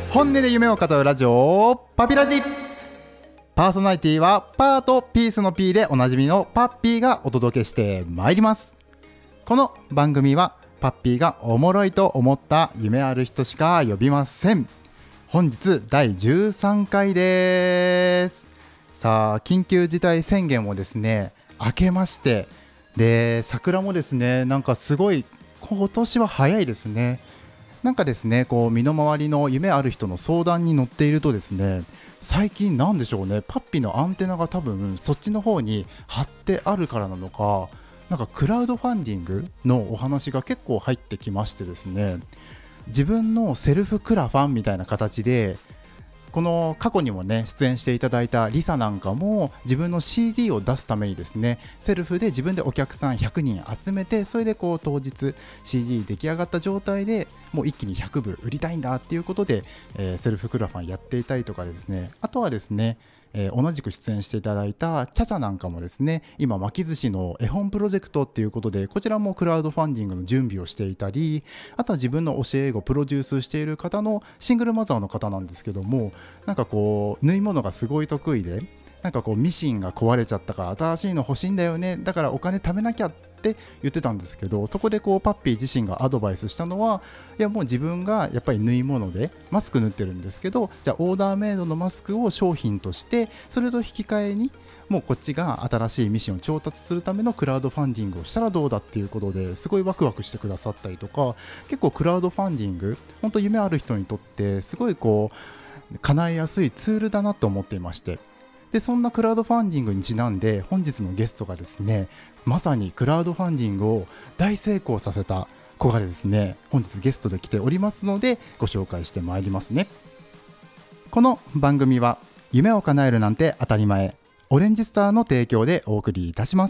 本音で夢を語るラジオパピラジ。パーソナリティはパーとピースの P でおなじみのパッピーがお届けしてまいります。この番組はパッピーがおもろいと思った夢ある人しか呼びません。本日第13回です。さあ、緊急事態宣言をですね明けまして、で桜もですねなんかすごい今年は早いですね。なんかですねこう身の回りの夢ある人の相談に乗っているとですね、最近なんでしょうね、パッピーのアンテナが多分そっちの方に張ってあるからなのか、なんかクラウドファンディングのお話が結構入ってきましてですね、自分のセルフクラファンみたいな形で、この過去にもね出演していただいたリサなんかも自分の CD を出すためにですね、セルフで自分でお客さん100人集めて、それでこう当日 CD 出来上がった状態でもう一気に100部売りたいんだっていうことで、セルフクラファンやっていたりとかですね、あとはですね同じく出演していただいたチャチャなんかもですね、今巻き寿司の絵本プロジェクトっていうことでこちらもクラウドファンディングの準備をしていたり、あとは自分の教え英語プロデュースしている方のシングルマザーの方なんですけども、なんかこう縫い物がすごい得意で、なんかこうミシンが壊れちゃったから新しいの欲しいんだよね、だからお金貯めなきゃって言ってたんですけど、そこでこうパッピー自身がアドバイスしたのは、いやもう自分がやっぱり縫い物でマスク縫ってるんですけど、じゃあオーダーメイドのマスクを商品としてそれと引き換えにもうこっちが新しいミシンを調達するためのクラウドファンディングをしたらどうだっていうことですごいワクワクしてくださったりとか、結構クラウドファンディング本当夢ある人にとってすごいこう叶えやすいツールだなと思っていまして、でそんなクラウドファンディングにちなんで本日のゲストがですね、まさにクラウドファンディングを大成功させた子がですね本日ゲストで来ておりますのでご紹介してまいりますね。この番組は夢を叶えるなんて当たり前、オレンジスターの提供でお送りいたします。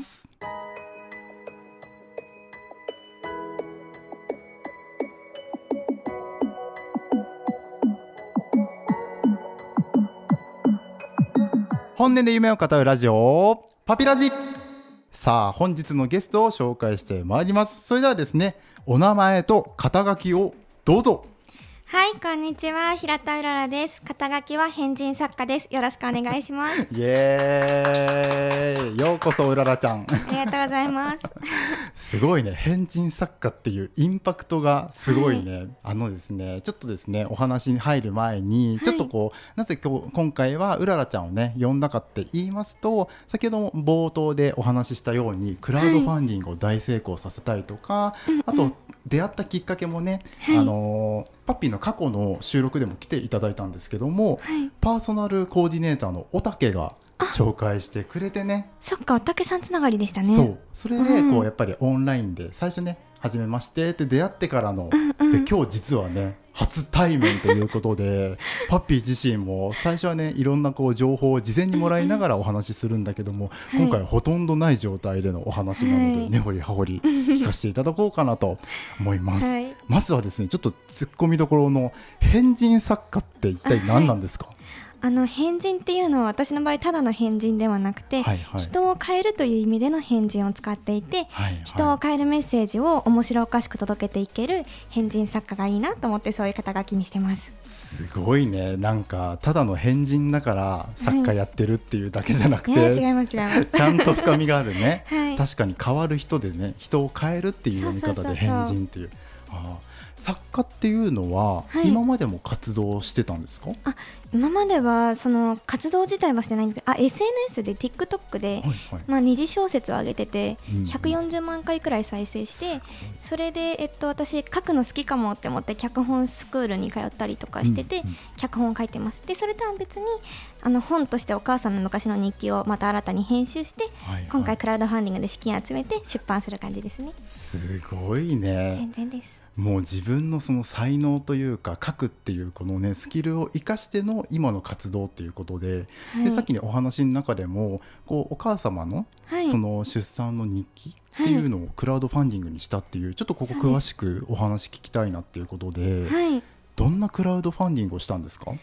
本音で夢を語るラジオパピラジ。さあ本日のゲストを紹介してまいります。それではですね、お名前と肩書きをどうぞ。 はい、こんにちは、平田うららです。肩書きは変人作家です。よろしくお願いします。 イエーイ、ようこそうららちゃん。 ありがとうございますすごいね、変人作家っていうインパクトがすごいね、ですね、ちょっとですねお話に入る前に、ちょっとこうなぜ今回はうららちゃんをね呼んだかって言いますと、先ほども冒頭でお話ししたようにクラウドファンディングを大成功させたいとか、あと出会ったきっかけもね、パッピーの過去の収録でも来ていただいたんですけども、パーソナルコーディネーターのおたけが紹介してくれてね。 そっか、おたけさんつながりでしたね。 そう、それでこうやっぱりオンラインで最初ね初めましてって出会ってからの、で今日実はね初対面ということでパッピー自身も最初はねいろんなこう情報を事前にもらいながらお話しするんだけども、今回はほとんどない状態でのお話なので、根掘り葉掘り聞かせていただこうかなと思います、まずはですねちょっとツッコミどころの変人作家って一体何なんですか？ 変人っていうのは私の場合ただの変人ではなくて、人を変えるという意味での変人を使っていて、人を変えるメッセージを面白おかしく届けていける変人作家がいいなと思って、そういう肩書きにしてます。 すごいね、なんかただの変人だから作家やってるっていうだけじゃなくて、 違います違いますちゃんと深みがあるね、確かに変わる人でね、人を変えるっていう読み方で変人っていう。作家っていうのは今までも活動してたんですか？ 今まではその活動自体はしてないんですけど、SNS で TikTok で、二次小説を上げてて、140万回くらい再生して、それで、私書くの好きかもって思って脚本スクールに通ったりとかしてて、脚本を書いてます。でそれとは別に本としてお母さんの昔の日記をまた新たに編集して、今回クラウドファンディングで資金集めて出版する感じですね。 すごいね。 全然です。 もう自分のその才能というか書くっていうこのねスキルを生かしての今の活動っていうことで、でさっきのお話の中でもこうお母様のその出産の日記っていうのをクラウドファンディングにしたっていう、ちょっとここ詳しくお話聞きたいなっていうことで、どんなクラウドファンディングをしたんですか？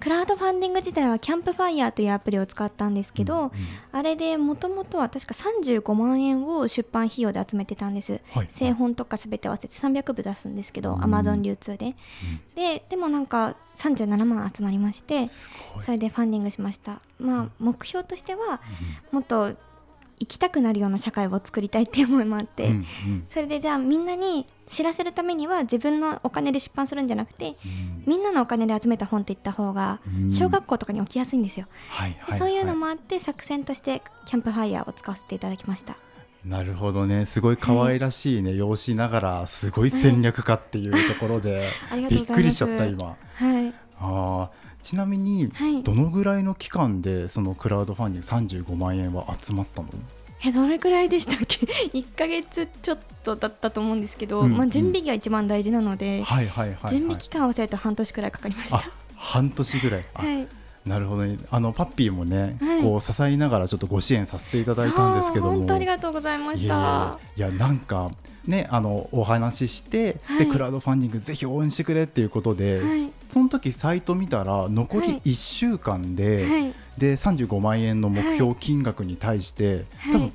クラウドファンディング自体はキャンプファイヤーというアプリを使ったんですけど、あれでもともとは確か35万円を出版費用で集めてたんです、製本とかすべて合わせて300部出すんですけど、Amazon 流通で、でもなんか37万集まりまして、それでファンディングしました。目標としてはもっと生きたくなるような社会を作りたいっていう思いもあって、それでじゃあみんなに知らせるためには自分のお金で出版するんじゃなくて、みんなのお金で集めた本っていった方が小学校とかに置きやすいんですよ、そういうのもあって作戦としてキャンプファイヤーを使わせていただきました。 なるほどね、すごい可愛らしいね、容姿ながらすごい戦略家っていうところで、びっくりしちゃった今。ちなみにどのぐらいの期間でそのクラウドファンディング35万円は集まったの？ どれくらいでしたっけ1ヶ月ちょっとだったと思うんですけど、準備が一番大事なので、準備期間を合わせると半年くらいかかりました。 半年ぐらい、なるほどね。パッピーもね、こう支えながらちょっとご支援させていただいたんですけども、 本当ありがとうございました。 いやなんかね、お話しして、でクラウドファンディングぜひ応援してくれっていうことで、その時サイト見たら残り1週間で、で35万円の目標金額に対して、多分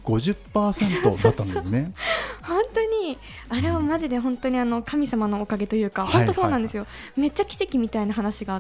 50% だったんだよね。 本当にあれはマジで本当に神様のおかげというか、本当そうなんですよ。めっちゃ奇跡みたいな話があって、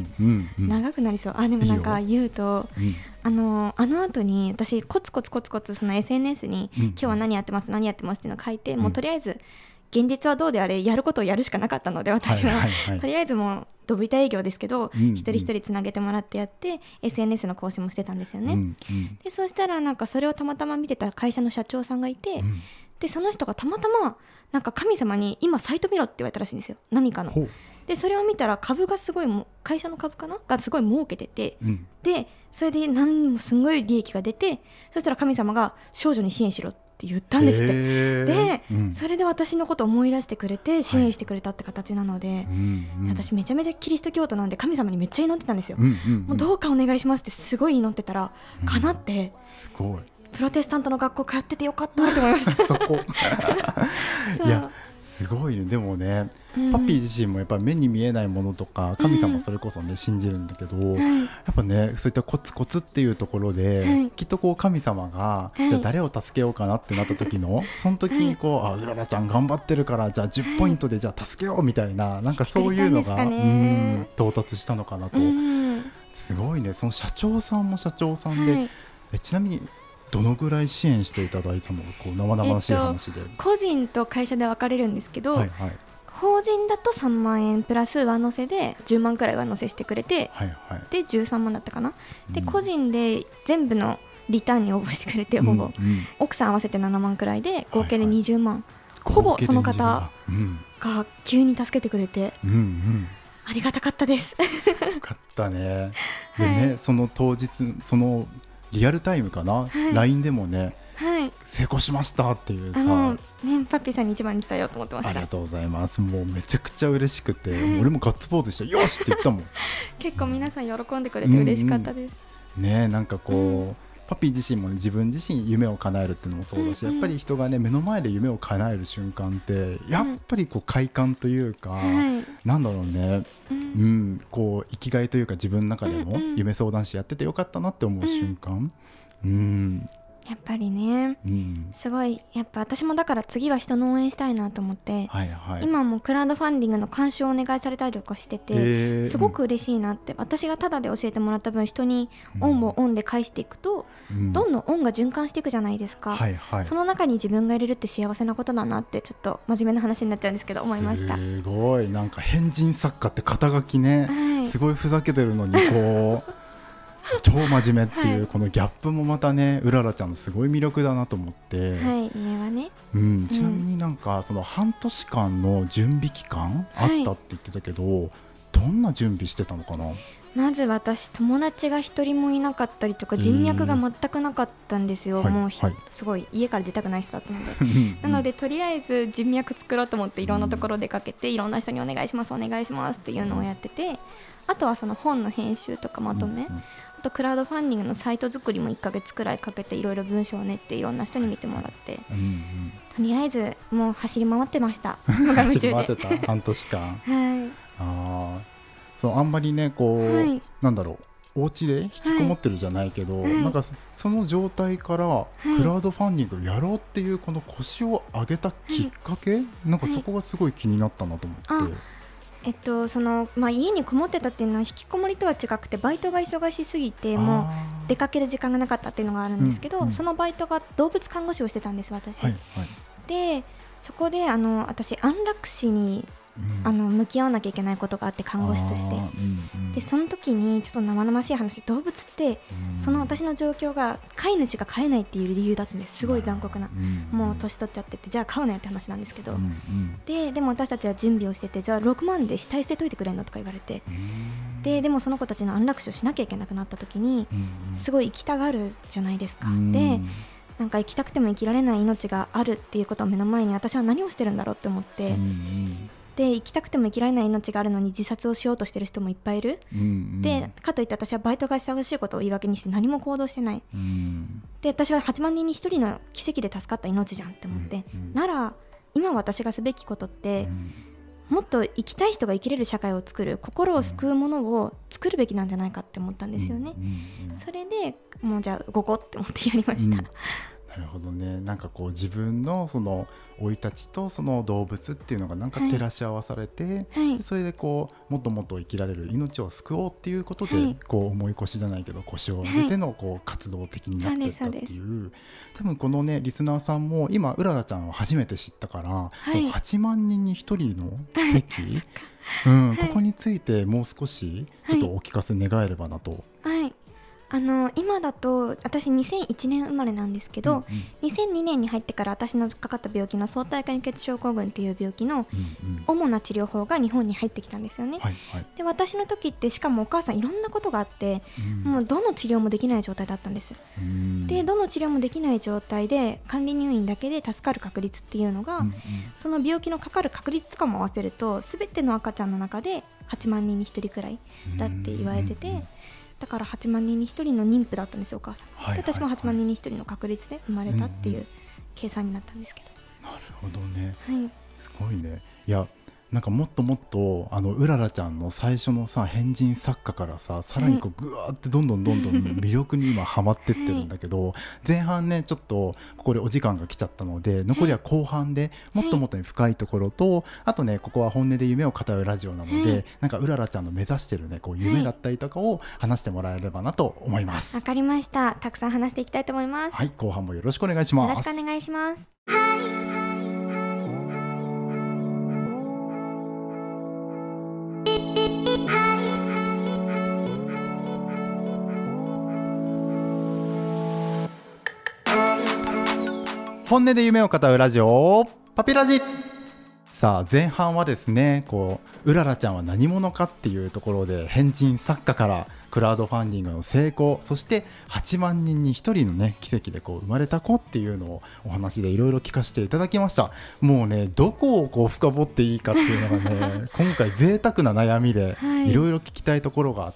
長くなりそう。でもなんか言うと、あの後に私コツコツその SNS に、今日は何やってます何やってますっていうのを書いて、もうとりあえず現実はどうであれやることをやるしかなかったので、私は、とりあえずもうドブ板営業ですけど、一人一人つなげてもらってやって SNS の更新もしてたんですよね、でそうしたらなんかそれをたまたま見てた会社の社長さんがいて、でその人がたまたまなんか神様に今サイト見ろって言われたらしいんですよ、何かの。でそれを見たら株がすごい会社の株かながすごい儲けてて、でそれで何もすごい利益が出て、そしたら神様が少女に支援しろって言ったんですって。で、それで私のことを思い出してくれて支援してくれたって形なので、私めちゃめちゃキリスト教徒なんで神様にめっちゃ祈ってたんですよ、もうどうかお願いしますってすごい祈ってたら、叶って、 すごいプロテスタントの学校通っててよかったって思いましたそこいやすごいね。でもね、パッピー自身もやっぱり目に見えないものとか神様それこそね、信じるんだけど、やっぱねそういったコツコツっていうところで、きっとこう神様が、じゃあ誰を助けようかなってなった時の、その時にこう、うららちゃん頑張ってるからじゃあ10ポイントでじゃあ助けようみたいな、なんかそういうのが、到達したのかなと、すごいね。その社長さんも社長さんで、ちなみにどのぐらい支援していただいたの？こう生々しい話で、 個人と会社で分かれるんですけど、法人だと3万円プラス上乗せで10万くらい上乗せしてくれて、で13万だったかな、で個人で全部のリターンに応募してくれて、ほぼ、奥さん合わせて7万くらいで合計で20万、ほぼその方が急に助けてくれて、ありがたかったです。 すごかったね。でね、その当日そのリアルタイムかな、LINE でもね、成功しましたっていうさ、 パッピーさんに一番に伝えようと思ってました。 ありがとうございます。もうめちゃくちゃ嬉しくて、俺もガッツポーズしてよしって言ったもん結構皆さん喜んでくれて嬉しかったです、 ね。なんかこう、パピー自身も、ね、自分自身夢を叶えるっていうのもそうだし、やっぱり人がね目の前で夢を叶える瞬間ってやっぱりこう快感というか、なんだろうね、こう生きがいというか、自分の中でも夢相談師やっててよかったなって思う瞬間、 やっぱりね、すごい、やっぱ私もだから次は人の応援したいなと思って、今もクラウドファンディングの監修をお願いされたりとかしてて、すごく嬉しいなって。私がタダで教えてもらった分、人に恩を恩で返していくと、どんどん恩が循環していくじゃないですか、その中に自分が入れるって幸せなことだなって、ちょっと真面目な話になっちゃうんですけど思いました。 すごい、なんか変人作家って肩書きね、すごいふざけてるのにこう超真面目っていうこのギャップもまたね、うららちゃんのすごい魅力だなと思って、 根はね、 ちなみになんかその半年間の準備期間あったって言ってたけど、どんな準備してたのかな？ まず私、友達が一人もいなかったりとか、人脈が全くなかったんですよ、もうすごい家から出たくない人だったのでなのでとりあえず人脈作ろうと思っていろんなところ出かけて、いろんな人にお願いしますお願いしますっていうのをやってて、あとはその本の編集とかまとめ、あとクラウドファンディングのサイト作りも1ヶ月くらいかけていろいろ文章を練っていろんな人に見てもらって、とりあえずもう走り回ってました走り回ってた半年間そうあんまりねこう、 はい、 なんだろうお家で引きこもってるじゃないけど、 はい、 なんかその状態からクラウドファンディングやろうっていうこの腰を上げたきっかけ、なんかそこがすごい気になったなと思って、 家にこもってたっていうのは引きこもりとは違くて、バイトが忙しすぎてもう出かける時間がなかったっていうのがあるんですけど、そのバイトが動物看護師をしてたんです私、はいはい、でそこで私安楽死に向き合わなきゃいけないことがあって、看護師として、でその時にちょっと生々しい話、動物ってその私の状況が飼い主が飼えないっていう理由だったんです。すごい残酷な、もう年取っちゃってて、じゃあ飼うなよって話なんですけど、でも私たちは準備をしてて、じゃあ6万で死体捨てといてくれんのとか言われて、でもその子たちの安楽死をしなきゃいけなくなった時にすごい生きたがるじゃないですか。でなんか生きたくても生きられない命があるっていうことを目の前に、私は何をしてるんだろうって思って、で生きたくても生きられない命があるのに自殺をしようとしてる人もいっぱいいる、でかといって私はバイトが忙しいことを言い訳にして何も行動してない、で私は8万人に1人の奇跡で助かった命じゃんって思って、なら今私がすべきことって、もっと生きたい人が生きれる社会を作る、心を救うものを作るべきなんじゃないかって思ったんですよね。それでもうじゃあごこって思ってやりました。 なるほどね。なんかこう自分のその生い立ちとその動物っていうのがなんか照らし合わされて、それでこうもっともっと生きられる命を救おうっていうことで、こう重い腰じゃないけど腰を上げてのこう活動的になっていったっていう、多分このねリスナーさんも今うららちゃんを初めて知ったから、8万人に1人の奇跡、ここについてもう少しちょっとお聞かせ願えればなと。 今だと私2001年生まれなんですけど、2002年に入ってから私のかかった病気の相対化血症候群っていう病気の主な治療法が日本に入ってきたんですよね。で私の時ってしかもお母さんいろんなことがあって、もうどの治療もできない状態だったんです。でどの治療もできない状態で管理入院だけで助かる確率っていうのが、その病気のかかる確率とかも合わせると全ての赤ちゃんの中で8万人に1人くらいだって言われてて、だから8万人に1人の妊婦だったんですよお母さん、で私も8万人に1人の確率で生まれたっていう計算になったんですけど。 なるほどね、すごいね。いやなんかもっともっとうららちゃんの最初のさ変人作家からさらにこうぐわーってどんどん魅力に今ハマってってるんだけど、前半ねちょっとここでお時間が来ちゃったので、残りは後半でもっともっと深いところと、あとねここは本音で夢を語るラジオなので、なんかうららちゃんの目指してるねこう夢だったりとかを話してもらえればなと思います。 わかりました。たくさん話していきたいと思います。 はい、後半もよろしくお願いします。 よろしくお願いします。 本音で夢を語るラジオパピラジ。さあ前半はですねこううららちゃんは何者かっていうところで変人作家からクラウドファンディングの成功、そして8万人に1人のね奇跡でこう生まれた子っていうのをお話でいろいろ聞かせていただきました。もうねどこをこう深掘っていいかっていうのがね今回贅沢な悩みでいろいろ聞きたいところがあって、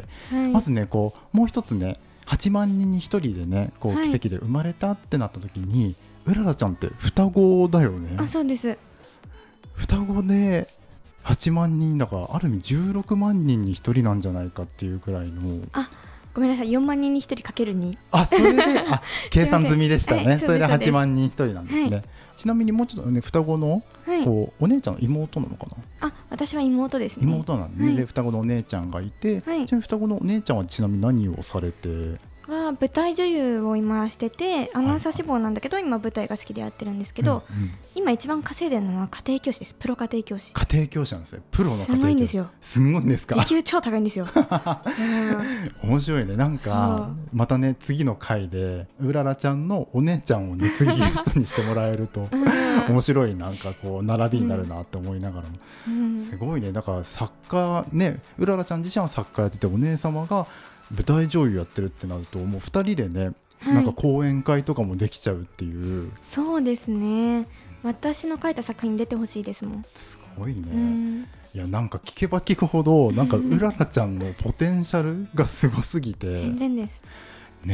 まずねこうもう一つね8万人に1人でねこう奇跡で生まれたってなった時に、うららちゃんって双子だよね。 あ、そうです。 双子で8万人だからある意味16万人に1人なんじゃないかっていうくらいの。 あ、ごめんなさい、4万人に1人かける2。 あ、それで計算済みでしたね。それで8万人1人なんですね。ちなみにもうちょっとね双子のこうお姉ちゃんの妹なのかな。 あ、私は妹ですね。 妹なんで、で双子のお姉ちゃんがいて、ちなみに双子のお姉ちゃんはちなみに何をされて。 は舞台女優を今してて、アナウンサー志望なんだけど、今舞台が好きでやってるんですけど、今一番稼いでるのは家庭教師です。プロ家庭教師。 家庭教師なんですね。プロの家庭教師。 すごいんですよ。 すごいんですか。 時給超高いんですよ。 面白いね。なんかまたね次の回でうららちゃんのお姉ちゃんをね次ゲストにしてもらえると面白いなんかこう並びになるなって思いながらも、すごいね。だから作家ね、うららちゃん自身は作家やってて、お姉様が舞台女優やってるってなるともう2人でね、なんか講演会とかもできちゃうっていう。 そうですね。私の書いた作品に出てほしいですもん。 すごいね。いやなんか聞けば聞くほどなんかうららちゃんのポテンシャルがすごすぎて全然ですね。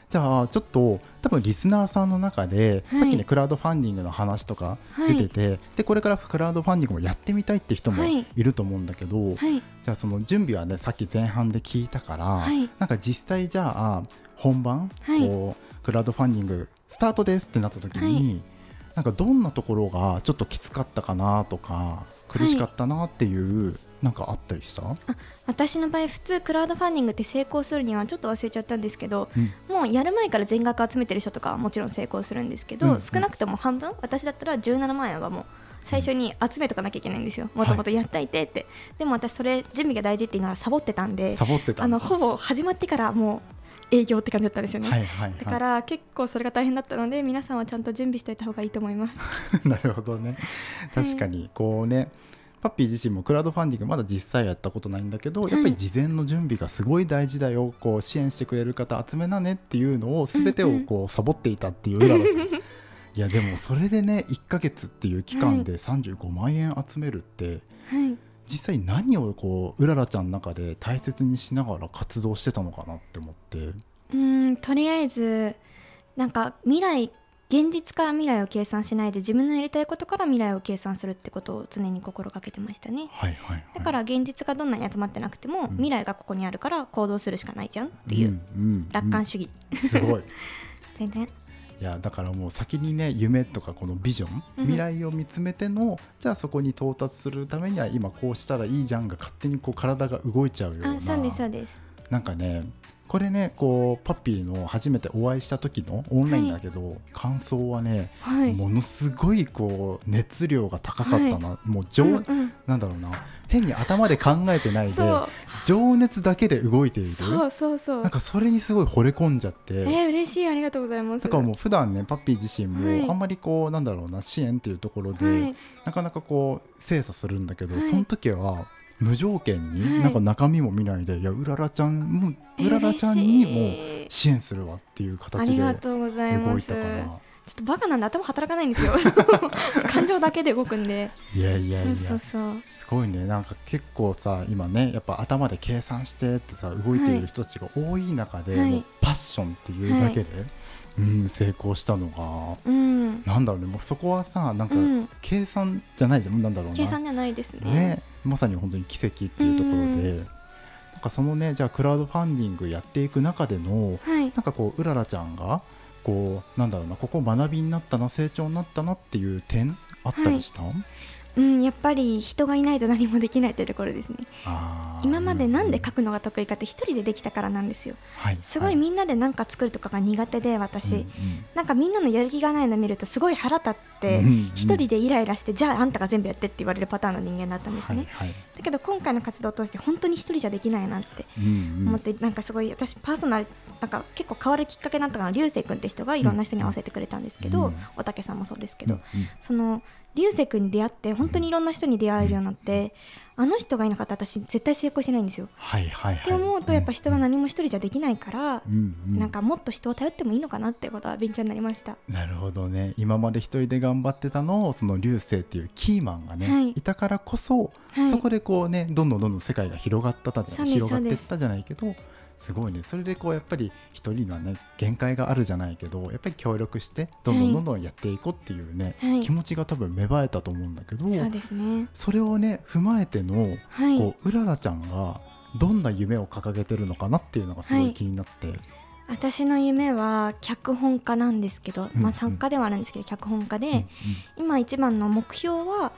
じゃあちょっと多分リスナーさんの中で、さっきねクラウドファンディングの話とか出てて、でこれからクラウドファンディングもやってみたいって人もいると思うんだけど、じゃあその準備はねさっき前半で聞いたから、なんか実際じゃあ本番、こうクラウドファンディングスタートですってなった時に、なんかどんなところがちょっときつかったかなとか苦しかったなっていう、なんかあったりした？ 私の場合普通クラウドファンディングって成功するにはちょっと忘れちゃったんですけど、もうやる前から全額集めてる人とかはもちろん成功するんですけど、少なくとも半分、私だったら17万円はもう最初に集めとかなきゃいけないんですよ。もともとやったいてって、でも私それ準備が大事っていうのはサボってたんで、ほぼ始まってからもう営業って感じだったんですよね。だから結構それが大変だったので、皆さんはちゃんと準備しておいた方がいいと思いますなるほどね。確かにこうね、パッピー自身もクラウドファンディングまだ実際やったことないんだけど、やっぱり事前の準備がすごい大事だよ、こう支援してくれる方集めなねっていうのを全てをこうサボっていたっていううららちゃんいやでもそれでね1ヶ月っていう期間で35万円集めるって、実際何をこううららちゃんの中で大切にしながら活動してたのかなって思って。 とりあえずなんか現実から未来を計算しないで、自分のやりたいことから未来を計算するってことを常に心がけてましたね。だから現実がどんなに集まってなくても、未来がここにあるから行動するしかないじゃんっていう楽観主義、 すごい全然。 いやだからもう先にね夢とかこのビジョン、未来を見つめての、じゃあそこに到達するためには今こうしたらいいじゃんが勝手にこう体が動いちゃうような。 そうですそうです。 なんかねこれねこうパッピーの初めてお会いした時のオンラインだけど、感想はね、ものすごいこう熱量が高かったな、もうなんだろうな、変に頭で考えてないで情熱だけで動いている。なんかそれにすごい惚れ込んじゃって、 嬉しい、ありがとうございます。 だからもう普段ねパッピー自身もあんまりこうなんだろうな、支援っていうところでなかなかこう精査するんだけど、その時は無条件になんか中身も見ないで、いやうららちゃんにも支援するわっていう形で動いたから。 ちょっとバカなんで頭働かないんですよ感情だけで動くんで。 いやすごいね。なんか結構さ今ねやっぱ頭で計算してってさ動いている人たちが多い中で、もうパッションっていうだけで、成功したのが、なんだろうね、もうそこはさなんか計算じゃないじゃん、なんだろうな、 計算じゃないですね。 まさに本当に奇跡っていうところで、なんかそのねじゃあクラウドファンディングやっていく中での、なんかこううららちゃんがこうなんだろうな、ここ学びになったな、成長になったなっていう点あったりした？ やっぱり人がいないと何もできないというところですね。今までなんで書くのが得意かって一人でできたからなんですよ。すごいみんなで何か作るとかが苦手で、私、なんかみんなのやる気がないのを見るとすごい腹立って一人でイライラして、じゃああんたが全部やってって言われるパターンの人間だったんですね。だけど今回の活動を通して本当に一人じゃできないなって思って、なんかすごい私パーソナルなんか結構変わるきっかけになったかな。流星君って人がいろんな人に合わせてくれたんですけど、おたけさんもそうですけど、その流星君に出会って本当にいろんな人に出会えるようになって、あの人がいなかったら私絶対成功しないんですよ。って思うとやっぱ人は何も一人じゃできないから、なんかもっと人を頼ってもいいのかなってことは勉強になりました。 なるほどね。今まで一人で頑張ってたのをその流星っていうキーマンがね、いたからこそ、そこでこうねどんどん世界が広がっていったじゃないけど、すごいね。それでこうやっぱり一人のね限界があるじゃないけど、やっぱり協力してどんどんやっていこうっていうね、気持ちが多分芽生えたと思うんだけど、 そうですね。 それをね踏まえての、こううららちゃんがどんな夢を掲げてるのかなっていうのがすごい気になって、 私の夢は脚本家なんですけど、作家ではあるんですけど脚本家で、今一番の目標は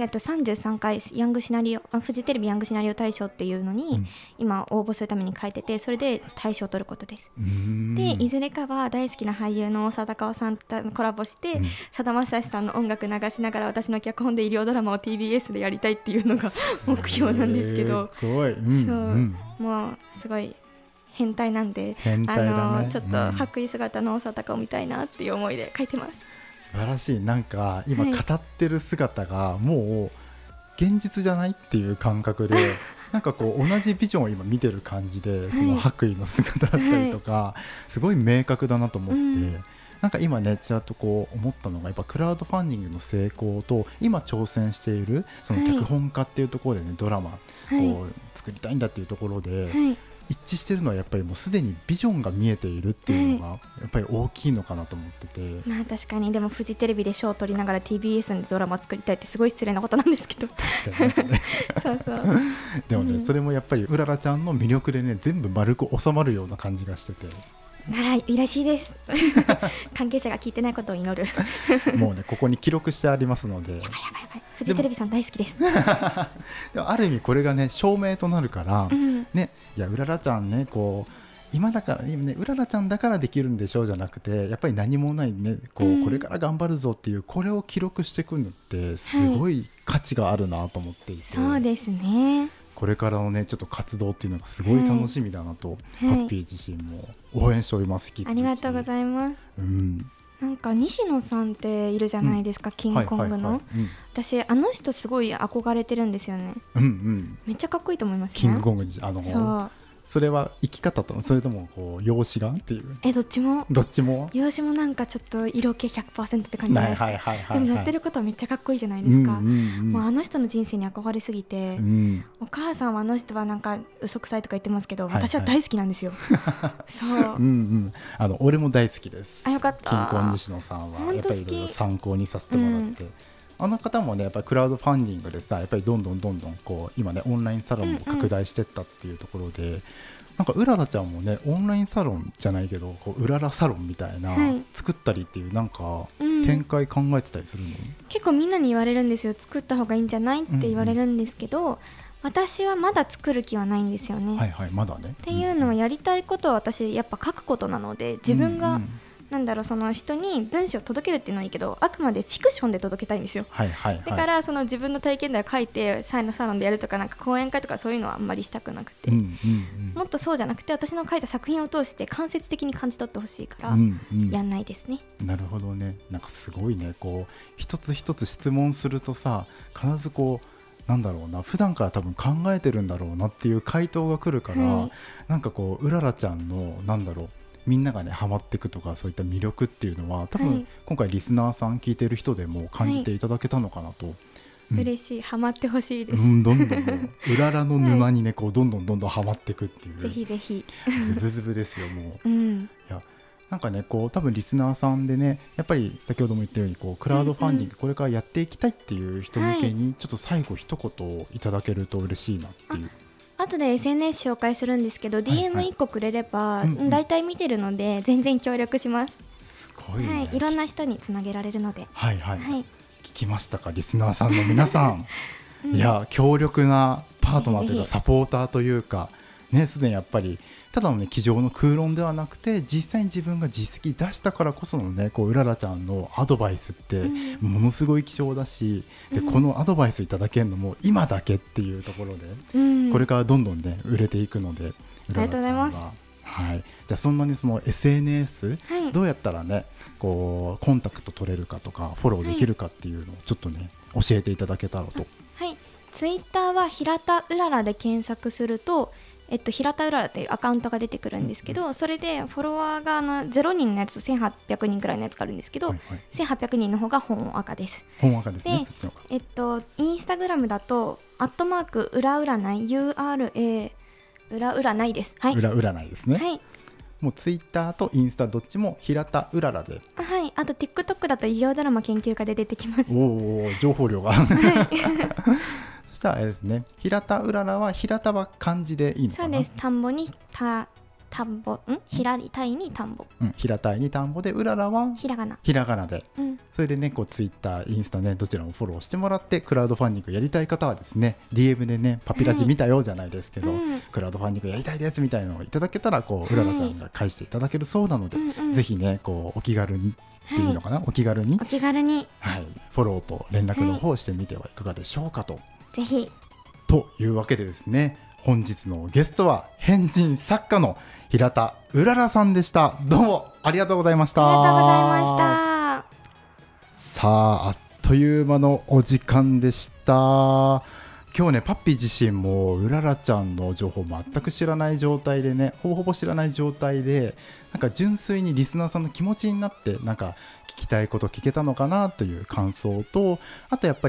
33回ヤングシナリオフジテレビヤングシナリオ大賞っていうのに、今応募するために書いてて、それで大賞を取ることです。でいずれかは大好きな俳優の大沢たかおさんとコラボしてさだまさしさんの音楽流しながら私の脚本で医療ドラマを TBS でやりたいっていうのが目標なんですけど、もうすごい変態なんで、ちょっと白衣姿の大沢たかおみたいなっていう思いで書いてます。 素晴らしい。なんか今語ってる姿がもう現実じゃないっていう感覚でなんかこう同じビジョンを今見てる感じで、その白衣の姿だったりとかすごい明確だなと思って、なんか今ねちらっとこう思ったのが、やっぱクラウドファンディングの成功と今挑戦しているその脚本家っていうところでね、ドラマを作りたいんだっていうところで、 一致してるのはやっぱりもうすでにビジョンが見えているっていうのがやっぱり大きいのかなと思ってて、 まあ確かに。でもフジテレビで賞を取りながら TBS でドラマ作りたいってすごい失礼なことなんですけど確かに、ね、 そうそうでもね、それもやっぱりうららちゃんの魅力でね全部丸く収まるような感じがしてて、 ならいいらしいです関係者が聞いてないことを祈るもうねここに記録してありますので、やばいフジテレビさん大好きですでもある意味これがね証明となるから、ね、いやうららちゃんねこう今だから今ねうららちゃんだからできるんでしょうじゃなくて、やっぱり何もないねこれから頑張るぞっていうこれを記録していくのってすごい価値があるなと思っていて、 そうですね。 これからのねちょっと活動っていうのがすごい楽しみだなと、パッピー自身も応援しております。 ありがとうございます。なんか西野さんっているじゃないですか、キングコングの。私あの人すごい憧れてるんですよね。めっちゃかっこいいと思いますね。 キングコングそうそれは生き方とそれともこう容姿がっていう。 どっちも容姿もなんかちょっと色気 100% って感じじゃないですか。でもやってることはめっちゃかっこいいじゃないですか。もうあの人の人生に憧れすぎて、お母さんはあの人はなんか嘘くさいとか言ってますけど、私は大好きなんですよそう俺も大好きです。 よかった。 キンコン西野さんはやっぱりいろいろ参考にさせてもらって、あの方もねやっぱりクラウドファンディングでさやっぱりどんどんこう今ねオンラインサロンも拡大してったっていうところで、なんかうららちゃんもねオンラインサロンじゃないけどこううららサロンみたいな、作ったりっていうなんか展開考えてたりするの？ 結構みんなに言われるんですよ。作った方がいいんじゃないって言われるんですけど、私はまだ作る気はないんですよね。 まだね。 っていうのはやりたいことは私やっぱ書くことなので、自分がなんだろうその人に文章を届けるっていうのはいいけど、あくまでフィクションで届けたいんですよ。だからその自分の体験談を書いてサロンでやるとか、なんか講演会とかそういうのはあんまりしたくなくて、もっとそうじゃなくて私の書いた作品を通して間接的に感じ取ってほしいからやんないですね。 なるほどね。なんかすごいね、こう一つ一つ質問するとさ必ずこうなんだろうな、普段から多分考えてるんだろうなっていう回答が来るから、なんかこううららちゃんのなんだろうみんながねハマっていくとかそういった魅力っていうのは多分、今回リスナーさん聞いてる人でも感じていただけたのかなと、 嬉しい。ハマってほしいです。 どんどんうららの沼にねこうどんどんハマっていくっていう、 ぜひぜひズブズブですよもう、いやなんかねこう多分リスナーさんでねやっぱり先ほども言ったようにこうクラウドファンディングこれからやっていきたいっていう人向けにちょっと最後一言いただけると嬉しいなっていう。 後で SNS 紹介するんですけど、DM1 個くれれば大体見てるので全然協力します。 すごいね、 いろんな人につなげられるので。 聞きましたかリスナーさんの皆さん、いや強力なパートナーというかサポーターというかね、すでにやっぱりただのね机上の空論ではなくて実際に自分が実績出したからこそのねこううららちゃんのアドバイスってものすごい貴重だし、でこのアドバイスいただけるのも今だけっていうところで、これからどんどんね売れていくので、うららちゃんはじゃあそんなにその SNS、どうやったらねこうコンタクト取れるかとかフォローできるかっていうのをちょっとね教えていただけたらと。 ツイッターは平田うららで検索すると平田うららっていうアカウントが出てくるんですけど、それでフォロワーが0人のやつと1800人くらいのやつがあるんですけど、1800人の方が本赤です。 本赤ですね。 インスタグラムだと@裏占い URA 裏占いです。 裏占いですね。もうツイッターとインスタどっちも平田うららで。 あと TikTok だと医療ドラマ研究家で出てきます。 情報量が。そしたらあれですね、平田うららは平田は漢字でいいのかな。 そうです。田んぼに田んぼ、平たいに田んぼ、 平たいに田んぼでうららはひらがなで、それでねこうツイッターインスタねどちらもフォローしてもらってクラウドファンディングやりたい方はですね DM でねパピラジ見たよじゃないですけど、クラウドファンディングやりたいですみたいなのをいただけたらこううららちゃんが返していただけるそうなので、ぜひねこうお気軽にっていうのかな、お気軽にフォローと連絡の方してみてはいかがでしょうかと。 ぜひというわけでですね、本日のゲストは変人作家の平田うららさんでした。どうもありがとうございました。 ありがとうございました。さあ、あっという間のお時間でした。今日ねパッピー自身もうららちゃんの情報全く知らない状態でね、ほぼ知らない状態でなんか純粋にリスナーさんの気持ちになってなんか聞きたいこと聞けたのかなという感想と、あとやっぱり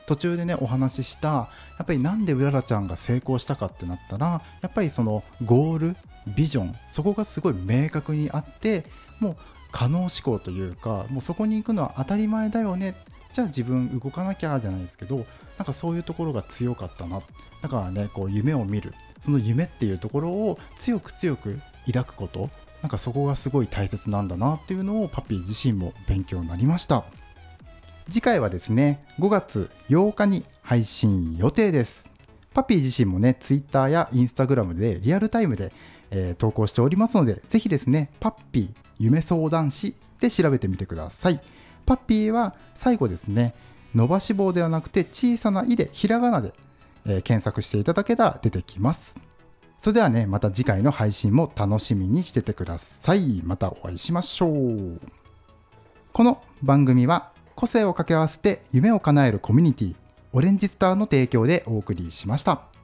途中でねお話ししたやっぱりなんでうららちゃんが成功したかってなったら、やっぱりそのゴールビジョン、そこがすごい明確にあって、もう可能思考というか、もうそこに行くのは当たり前だよね、じゃあ自分動かなきゃじゃないですけど、なんかそういうところが強かったな。だからねこう夢を見る、その夢っていうところを強く抱くこと、なんかそこがすごい大切なんだなっていうのをパピー自身も勉強になりました。次回はですね5月8日に配信予定です。パピー自身もね Twitter や Instagram でリアルタイムで、投稿しておりますので、ぜひですねパッピー夢相談士で調べてみてください。パッピーは最後ですね伸ばし棒ではなくて小さないでひらがなで、検索していただけたら出てきます。それではねまた次回の配信も楽しみにしててください。またお会いしましょう。この番組は個性を掛け合わせて夢を叶えるコミュニティオレンジスターの提供でお送りしました。